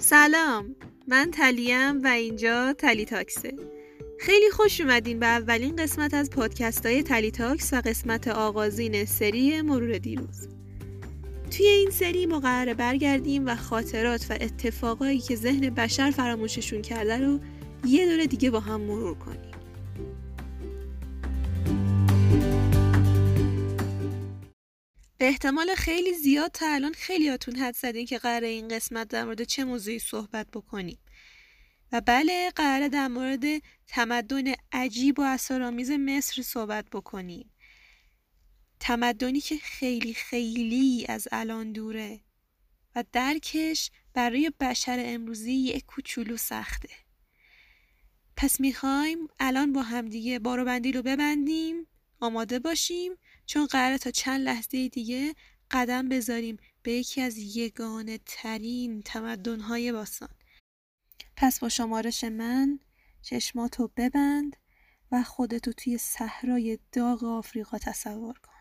سلام، من تلیم و اینجا تلی تاکسه. خیلی خوش اومدین به اولین قسمت از پادکست های تلی تاکس و قسمت آغازین سری مرور دیروز. توی این سری ما قراره برگردیم و خاطرات و اتفاقایی که ذهن بشر فراموششون کرده رو یه دوره دیگه با هم مرور کنیم. به احتمال خیلی زیاد تا الان خیلیاتون حد زدین که قراره این قسمت در مورد چه موضوعی صحبت بکنیم. و بله، قراره در مورد تمدن عجیب و اسرارآمیز مصر صحبت بکنیم. تمدنی که خیلی خیلی از الان دوره و درکش برای بشر امروزی یک کوچولو سخته. پس میخوایم الان با همدیگه بارو بندی رو ببندیم، آماده باشیم، چون قراره تا چند لحظه دیگه قدم بذاریم به یکی از یگانه ترین تمدن‌های باستان. پس با شمارش من چشماتو ببند و خودتو توی صحرای داغ آفریقا تصور کن.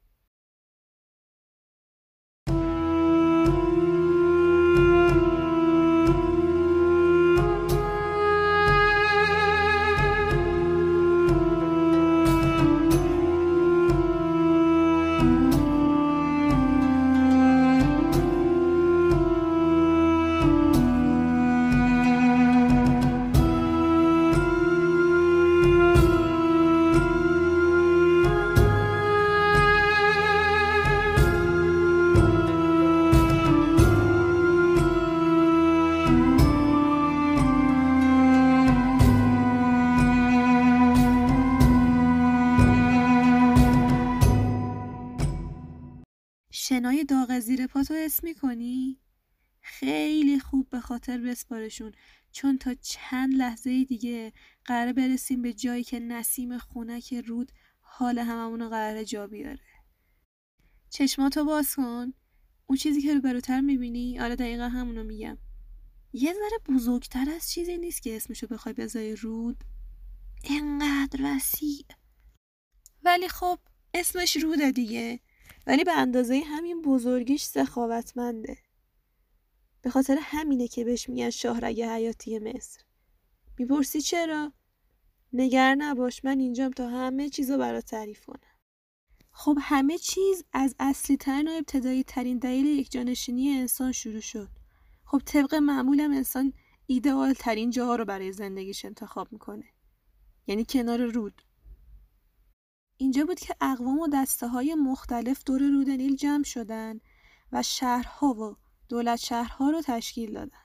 شنای داغ زیر پاتو حس می‌کنی؟ خیلی خوب به خاطر بسپارشون، چون تا چند لحظه دیگه قراره برسیم به جایی که نسیم خنک رود حال هممونو قراره جا بیاره. چشماتو باز کن. اون چیزی که روبروتر می‌بینی، آره دقیقا همونو میگم. یه ذره بزرگتر از چیزی نیست که اسمشو بخوای بذاری رود. اینقدر وسیع. ولی خب اسمش روده دیگه. ولی به اندازه همین بزرگیش سخاوتمنده. به خاطر همینه که بهش میگن شاهرگ حیاتی مصر. میپرسی چرا؟ نگران نباش، من اینجام تا همه چیزو برات تعریف کنم. خب همه چیز از اصلی ترین و ابتدایی ترین دلیل یک جانشینی انسان شروع شد. خب طبق معمولم انسان ایدئال ترین جاها رو برای زندگیش انتخاب میکنه. یعنی کنار رود. اینجا بود که اقوام و دسته های مختلف دور رود نیل جمع شدن و شهرها و دولت شهرها رو تشکیل دادن.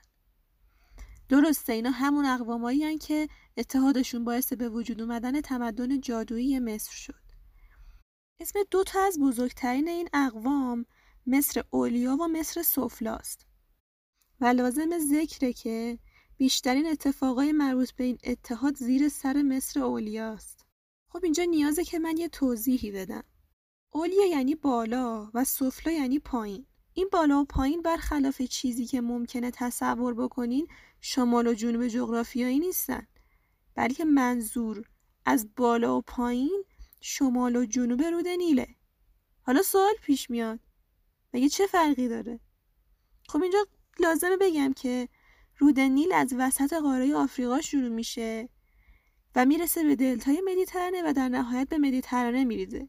درسته اینا همون اقوامایی هن که اتحادشون باعث به وجود اومدن تمدن جادویی مصر شد. اسم دو تا از بزرگترین این اقوام مصر علیا و مصر سفلاست. و لازم ذکره که بیشترین اتفاقای مربوط به این اتحاد زیر سر مصر علیاست. خب اینجا نیازه که من یه توضیحی بدم. علیا یعنی بالا و سفلا یعنی پایین. این بالا و پایین برخلاف چیزی که ممکنه تصور بکنین شمال و جنوب جغرافیایی نیستن، بلکه منظور از بالا و پایین شمال و جنوب رود نیله. حالا سوال پیش میاد، مگه چه فرقی داره؟ خب اینجا لازمه بگم که رود نیل از وسط قاره آفریقا شروع میشه و میرسه به دلتای مدیترانه و در نهایت به مدیترانه میریزه.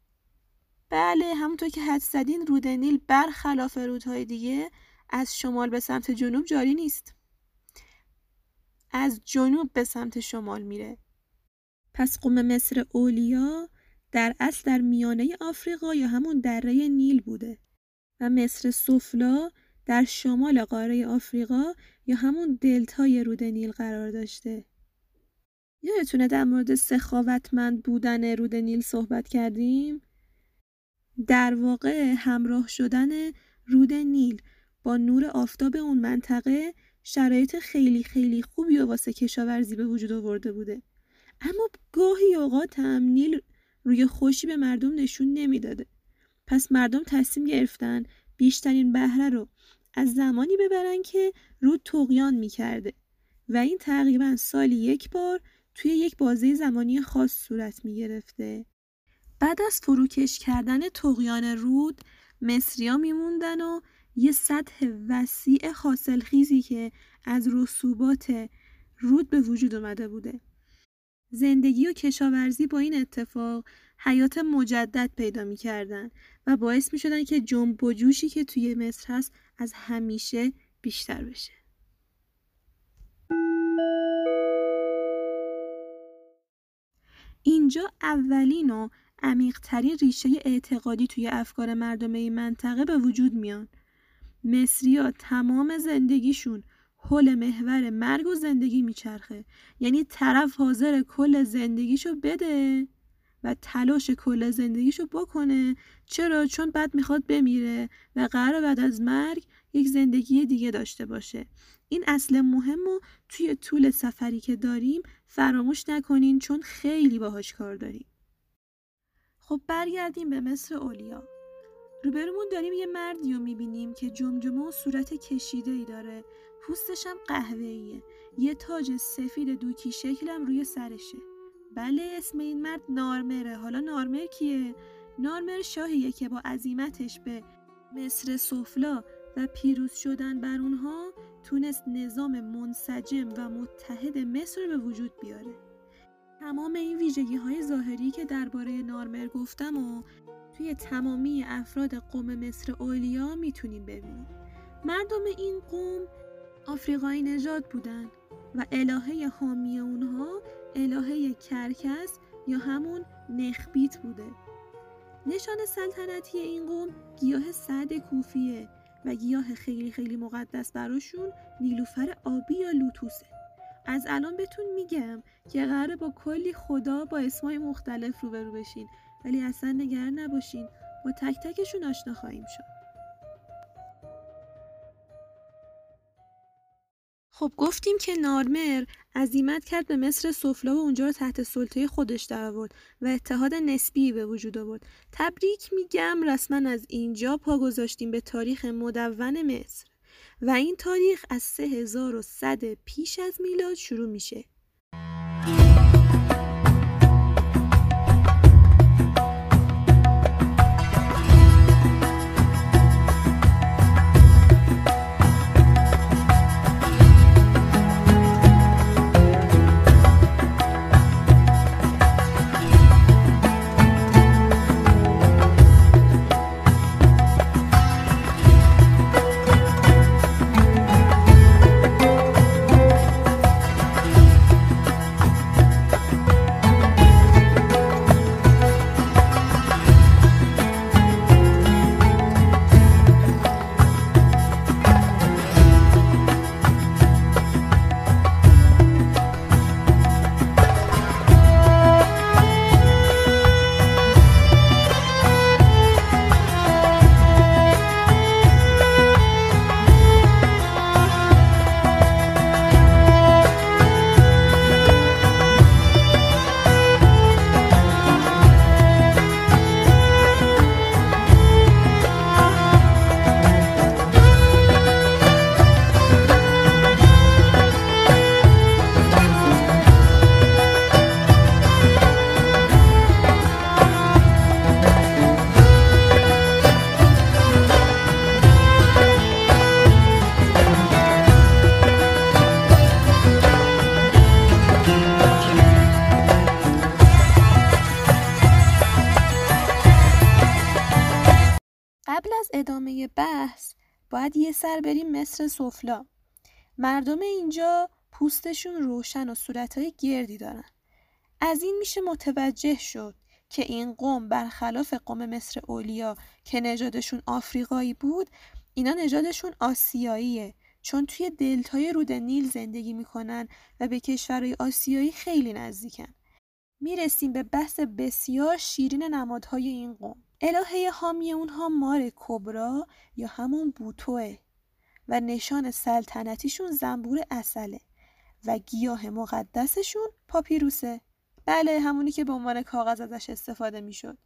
بله، همونطور که حدس زدین رود نیل برخلاف رودهای دیگه از شمال به سمت جنوب جاری نیست. از جنوب به سمت شمال میره. پس قم مصر علیا در اصل در میانه آفریقا یا همون دره نیل بوده و مصر سفلا در شمال قاره آفریقا یا همون دلتای رود نیل قرار داشته. یادتونه در مورد سخاوتمند بودن رود نیل صحبت کردیم؟ در واقع همراه شدن رود نیل با نور آفتاب اون منطقه شرایط خیلی خیلی خوبی واسه کشاورزی به وجود آورده بوده. اما گاهی اوقات هم نیل روی خوشی به مردم نشون نمیداده. پس مردم تصمیم گرفتن بیشترین بهره رو از زمانی ببرن که رود طغیان میکرده و این تقریبا سالی یک بار توی یک بازه زمانی خاص صورت میگرفته. بعد از فروکش کردن طغیان رود مصری‌ها میموندن و یه سطح وسیع حاصلخیزی که از رسوبات رود به وجود اومده بوده. زندگی و کشاورزی با این اتفاق حیات مجدد پیدا می‌کردن و باعث می‌شدن که جنب و جوشی که توی مصر هست از همیشه بیشتر بشه. اینجا اولین و عمیق‌ترین ریشه اعتقادی توی افکار مردم این منطقه به وجود میان. مصری‌ها تمام زندگیشون حول محور مرگ و زندگی میچرخه. یعنی طرف حاضر کل زندگیشو بده و تلاش کل زندگیشو بکنه. چرا؟ چون بعد میخواد بمیره و قراره بعد از مرگ یک زندگی دیگه داشته باشه. این اصل مهم رو توی طول سفری که داریم فراموش نکنین، چون خیلی باهاش کار داریم. خب برگردیم به مصر اولیا. روبرومون داریم یه مردی رو میبینیم که جمجمه و صورت کشیده‌ای داره، پوستش هم قهوه‌ایه، یه تاج سفید دوکی شکلم روی سرشه. بله، اسم این مرد نارمره. حالا نارمر کیه؟ نارمر شاهیه که با عزیمتش به مصر سفلا و پیروز شدن بر اونها تونست نظام منسجم و متحد مصر رو به وجود بیاره. تمام این ویژگی‌های ظاهری که درباره نارمر گفتم و توی تمامی افراد قوم مصر اولیا میتونیم ببینیم. مردم این قوم آفریقایی نژاد بودن و الهه حامی اونها الهه کرکس یا همون نخبیت بوده. نشان سلطنتی این قوم گیاه سعد کوفیه و گیاه خیلی خیلی مقدس براشون نیلوفر آبی یا لوتوسه. از الان بهتون میگم که قراره با کلی خدا با اسمای مختلف روبرو بشین، ولی اصلا نگران نباشین، با تک تکشون آشنا خواهیم شد. خب گفتیم که نارمر عزیمت کرد به مصر سفلا و اونجا رو تحت سلطه خودش درآورد و اتحاد نسبی به وجود آورد. تبریک میگم، رسما از اینجا پا گذاشتیم به تاریخ مدون مصر و این تاریخ از 3100 پیش از میلاد شروع میشه. قبل از ادامه بحث باید یه سر بریم مصر سفلا. مردم اینجا پوستشون روشن و صورتهای گردی دارن. از این میشه متوجه شد که این قوم برخلاف قوم مصر اولیا که نژادشون آفریقایی بود، اینا نژادشون آسیاییه، چون توی دلتای رود نیل زندگی میکنن و به کشورهای آسیایی خیلی نزدیکن. میرسیم به بحث بسیار شیرین نمادهای این قوم. الهه حامی اونها مار کبرا یا همون بوتوه و نشان سلطنتیشون زنبور عسله و گیاه مقدسشون پاپیروسه. بله، همونی که به عنوان کاغذ ازش استفاده میشد.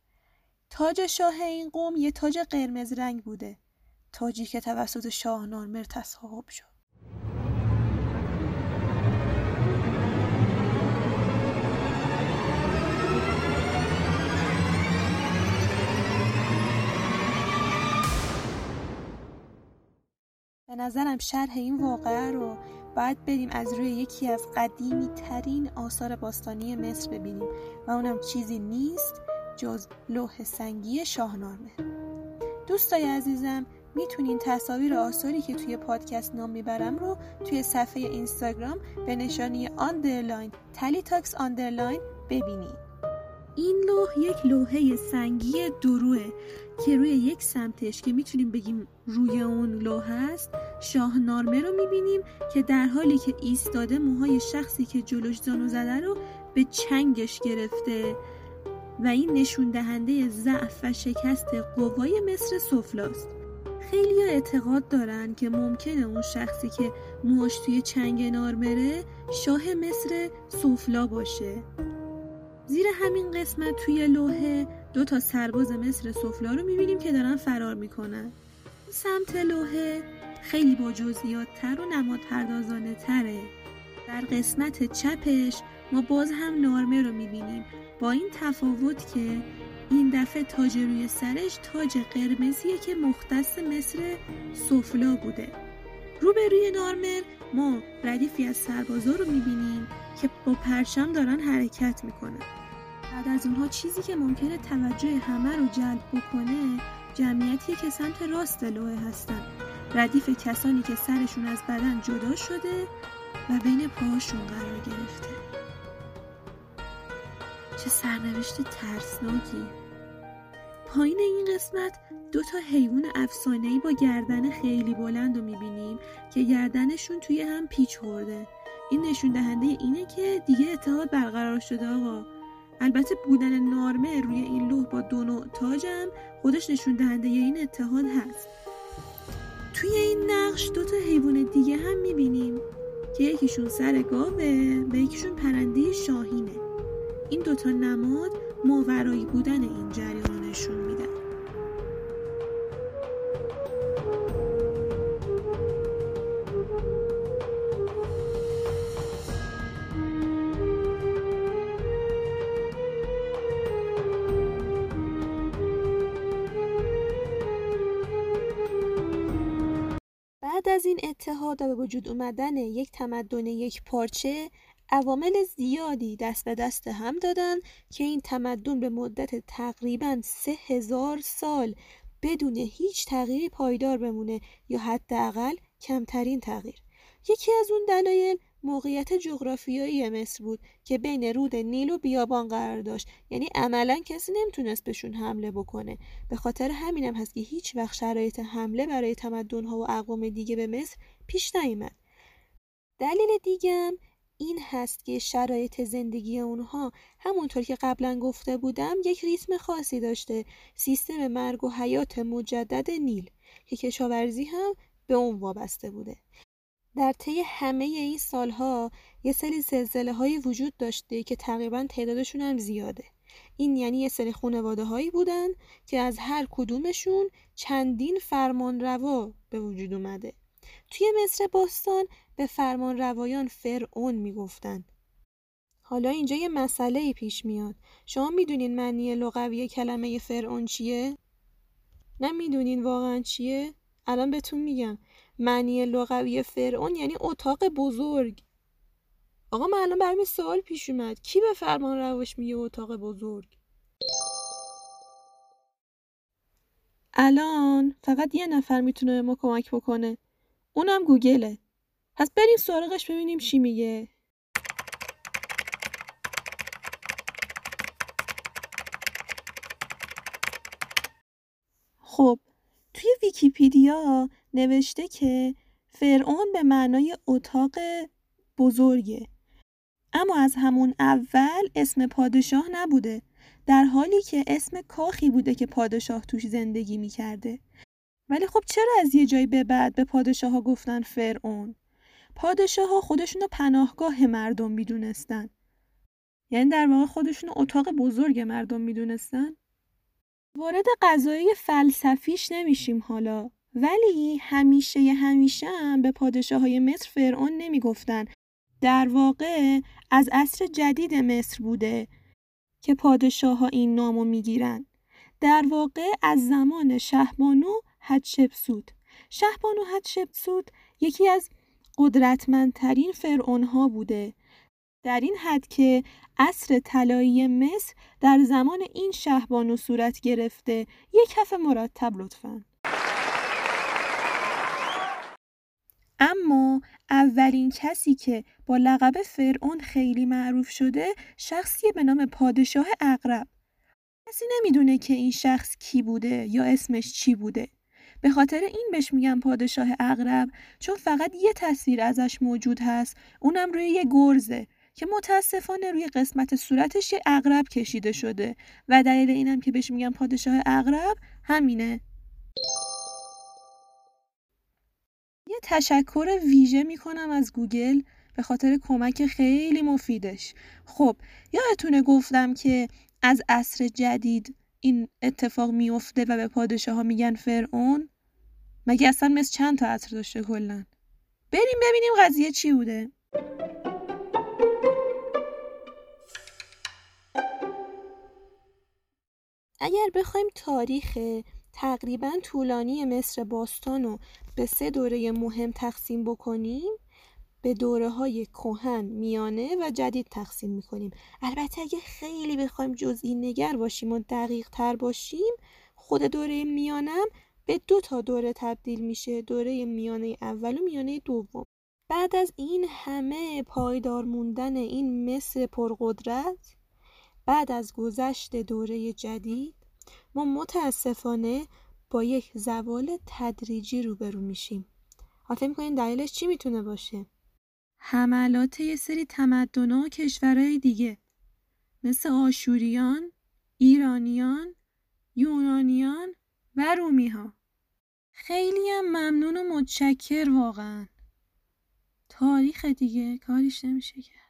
تاج شاه این قوم یه تاج قرمز رنگ بوده، تاجی که توسط شاه نارمر تصاحب شد. نظرم شرح این واقعه رو باید بریم از روی یکی از قدیمی ترین آثار باستانی مصر ببینیم و اونم چیزی نیست جز لوح سنگی شاهنامه. دوستای عزیزم، میتونین تصاویر آثاری که توی پادکست نام میبرم رو توی صفحه اینستاگرام به نشانی _تلیتاکس_ ببینید. این لوح یک لوحه سنگی دروه که روی یک سمتش که میتونیم بگیم روی اون لوح هست شاهنامه رو میبینیم که در حالی که ایستاده موهای شخصی که جلوش زانو زده رو به چنگش گرفته و این نشون دهنده ضعف و شکست قوای مصر سفلاست. خیلی اعتقاد دارن که ممکنه اون شخصی که موهاش توی چنگ نارمره شاه مصر سفلا باشه. زیر همین قسمت توی لوحه 2 سرباز مصر سفلا رو میبینیم که دارن فرار میکنن. سمت لوحه خیلی با جزئیات‌تر و نمادپردازانه تره. در قسمت چپش ما باز هم نارمه رو میبینیم با این تفاوت که این دفعه تاج روی سرش تاج قرمزیه که مختص مصر سفلا بوده. روبروی نارمر ما ردیفی از سربازا رو میبینیم که با پرچم دارن حرکت میکنن. بعد از اونها چیزی که ممکنه توجه همه رو جلب بکنه جمعیتی که سمت راست لوحه هستن. ردیف کسانی که سرشون از بدن جدا شده و بین پاهاشون قرار گرفته. چه سرنوشت ترسناکی. پایین این قسمت 2 حیوان افسانه‌ای با گردن خیلی بلند رو میبینیم که گردنشون توی هم پیچ خورده. این نشون دهنده اینه که دیگه اتحاد برقرار شده آقا. البته بودن نارمه روی این لوح با 2 نوع تاج هم خودش نشون دهنده این اتحاد هست. توی این نقش 2 حیوان دیگه هم میبینیم که یکیشون سر گاوه و یکیشون پرنده شاهینه. این 2 نماد ماورایی بودن این جریان رو نشون میدن. بعد از این اتحاد و به وجود اومدن یک تمدن یک پارچه عوامل زیادی دست به دست هم دادن که این تمدن به مدت تقریباً 3000 سال بدون هیچ تغییری پایدار بمونه یا حداقل کمترین تغییر. یکی از اون دلایل موقعیت جغرافیایی مصر بود که بین رود نیل و بیابان قرار داشت، یعنی عملاً کسی نمیتونست بهشون حمله بکنه. به خاطر همینم هست که هیچ وقت شرایط حمله برای تمدن‌ها و اقوام دیگه به مصر پیش نیامد. دلیل دیگه این هست که شرایط زندگی اونها همونطور که قبلا گفته بودم یک ریتم خاصی داشته، سیستم مرگ و حیات مجدد نیل که کشاورزی هم به اون وابسته بوده. در طی همه این سالها یه سری زلزله‌هایی وجود داشته که تقریبا تعدادشون هم زیاده. این یعنی یه سری خانواده هایی بودن که از هر کدومشون چندین فرمانروا به وجود اومده. توی مصر باستان به فرمانروایان فرعون میگفتن. حالا اینجا یه مسئله پیش میاد. شما میدونین معنی لغوی کلمه فرعون چیه؟ نمیدونین واقعا چیه؟ الان بهتون میگم. معنی لغوی فرعون یعنی اتاق بزرگ. آقا من الان برام سوال پیش اومد. کی به فرمانرواش میگه اتاق بزرگ؟ الان فقط یه نفر میتونه به ما کمک بکنه. اونم گوگله. پس بریم سراغش ببینیم چی میگه. خب توی ویکیپیدیا نوشته که فرعون به معنای اتاق بزرگه، اما از همون اول اسم پادشاه نبوده، در حالی که اسم کاخی بوده که پادشاه توش زندگی میکرده. ولی خب چرا از یه جایی به بعد به پادشاه ها گفتن فرعون؟ پادشاه ها خودشونو پناهگاه مردم میدونستن، یعنی در واقع خودشونو اتاق بزرگ مردم میدونستن. وارد قضایای فلسفیش نمیشیم حالا، ولی همیشه هم به پادشاه های مصر فرعون نمیگفتن. در واقع از عصر جدید مصر بوده که پادشاه ها این نامو میگیرن. در واقع از زمان شهبانو حتشبسوت شهبانو حتشبسوت یکی از قدرتمندترین فرعونها بوده، در این حد که عصر طلایی مصر در زمان این شهبانو صورت گرفته. یک کف مرتب لطفاً. اما اولین کسی که با لقب فرعون خیلی معروف شده شخصی به نام پادشاه عقرب. کسی نمیدونه که این شخص کی بوده یا اسمش چی بوده. به خاطر این بهش میگن پادشاه عقرب، چون فقط یه تصویر ازش موجود هست، اونم روی یه گرزه که متاسفانه روی قسمت صورتش یه عقرب کشیده شده و دلیل اینم که بهش میگن پادشاه عقرب همینه. یه تشکر ویژه میکنم از گوگل به خاطر کمک خیلی مفیدش. خب یادتونه گفتم که از عصر جدید این اتفاق میفته و به پادشاه ها میگن فرعون؟ مگه اصلا مثل چند تا عصر داشته کلن؟ بریم ببینیم قضیه چی بوده. اگر بخوایم تاریخ تقریباً طولانی مصر باستان رو به 3 دوره مهم تقسیم بکنیم، به دوره‌های کهن، میانه و جدید تقسیم می‌کنیم. البته اگه خیلی بخوایم جزئی نگر باشیم و دقیق تر باشیم، خود دوره میانه به 2 تا دوره تبدیل میشه، دوره میانه اول و میانه دوم. بعد از این همه پایدار موندن این مصر پرقدرت، بعد از گذشت دوره جدید، ما متاسفانه با یک زوال تدریجی روبرو میشیم. حالا فکر می‌کنین دلیلش چی میتونه باشه؟ حملات یه سری تمدن‌ها و کشورهای دیگه مثل آشوریان، ایرانیان، یونانیان و رومی‌ها. خیلی هم ممنون و متشکر واقعا. تاریخ دیگه کاریش نمیشه کرد.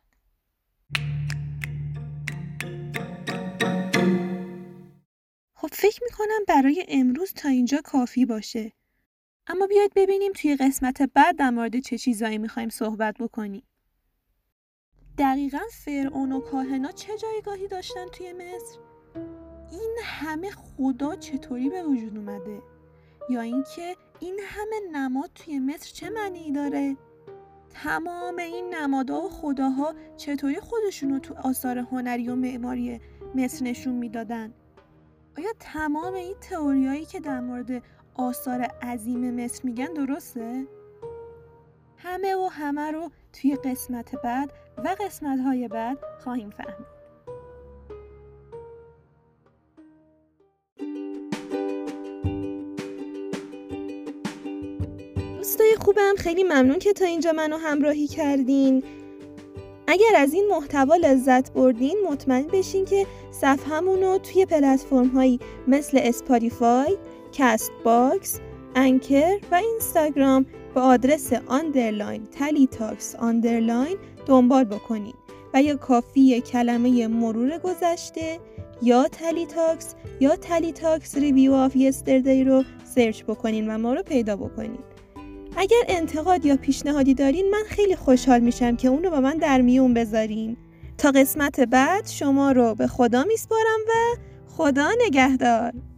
خب فکر میکنم برای امروز تا اینجا کافی باشه. اما بیاید ببینیم توی قسمت بعد در مورد چه چیزایی میخوایم صحبت بکنیم. دقیقاً فرعون و کاهنا چه جایگاهی داشتن توی مصر؟ این همه خدا چطوری به وجود اومده؟ یا اینکه این همه نماد توی مصر چه معنی داره؟ تمام این نمادها و خداها چطوری خودشونو تو آثار هنری و معماری مصر نشون میدادن؟ آیا تمام این تئوریایی که در مورد آثار عظیم مصر میگن درسته؟ همه رو توی قسمت بعد و قسمت‌های بعد خواهیم فهمید. دوستای خوبم، خیلی ممنون که تا اینجا منو همراهی کردین. اگر از این محتوا لذت بردین، مطمئن بشین که صفحه‌مون رو توی پلتفرم‌هایی مثل اسپاتیفای، کست باکس، انکر و اینستاگرام با آدرس _تالیتاکس_ دنبال بکنین و یا کافیه کلمه مرور گذشته یا تالیتاکس یا تالیتاکس ریویو آف یستردی رو سرچ بکنین و ما رو پیدا بکنین. اگر انتقاد یا پیشنهادی دارین، من خیلی خوشحال میشم که اون رو با من در میون بذارین. تا قسمت بعد شما رو به خدا میسپارم و خدا نگهدار.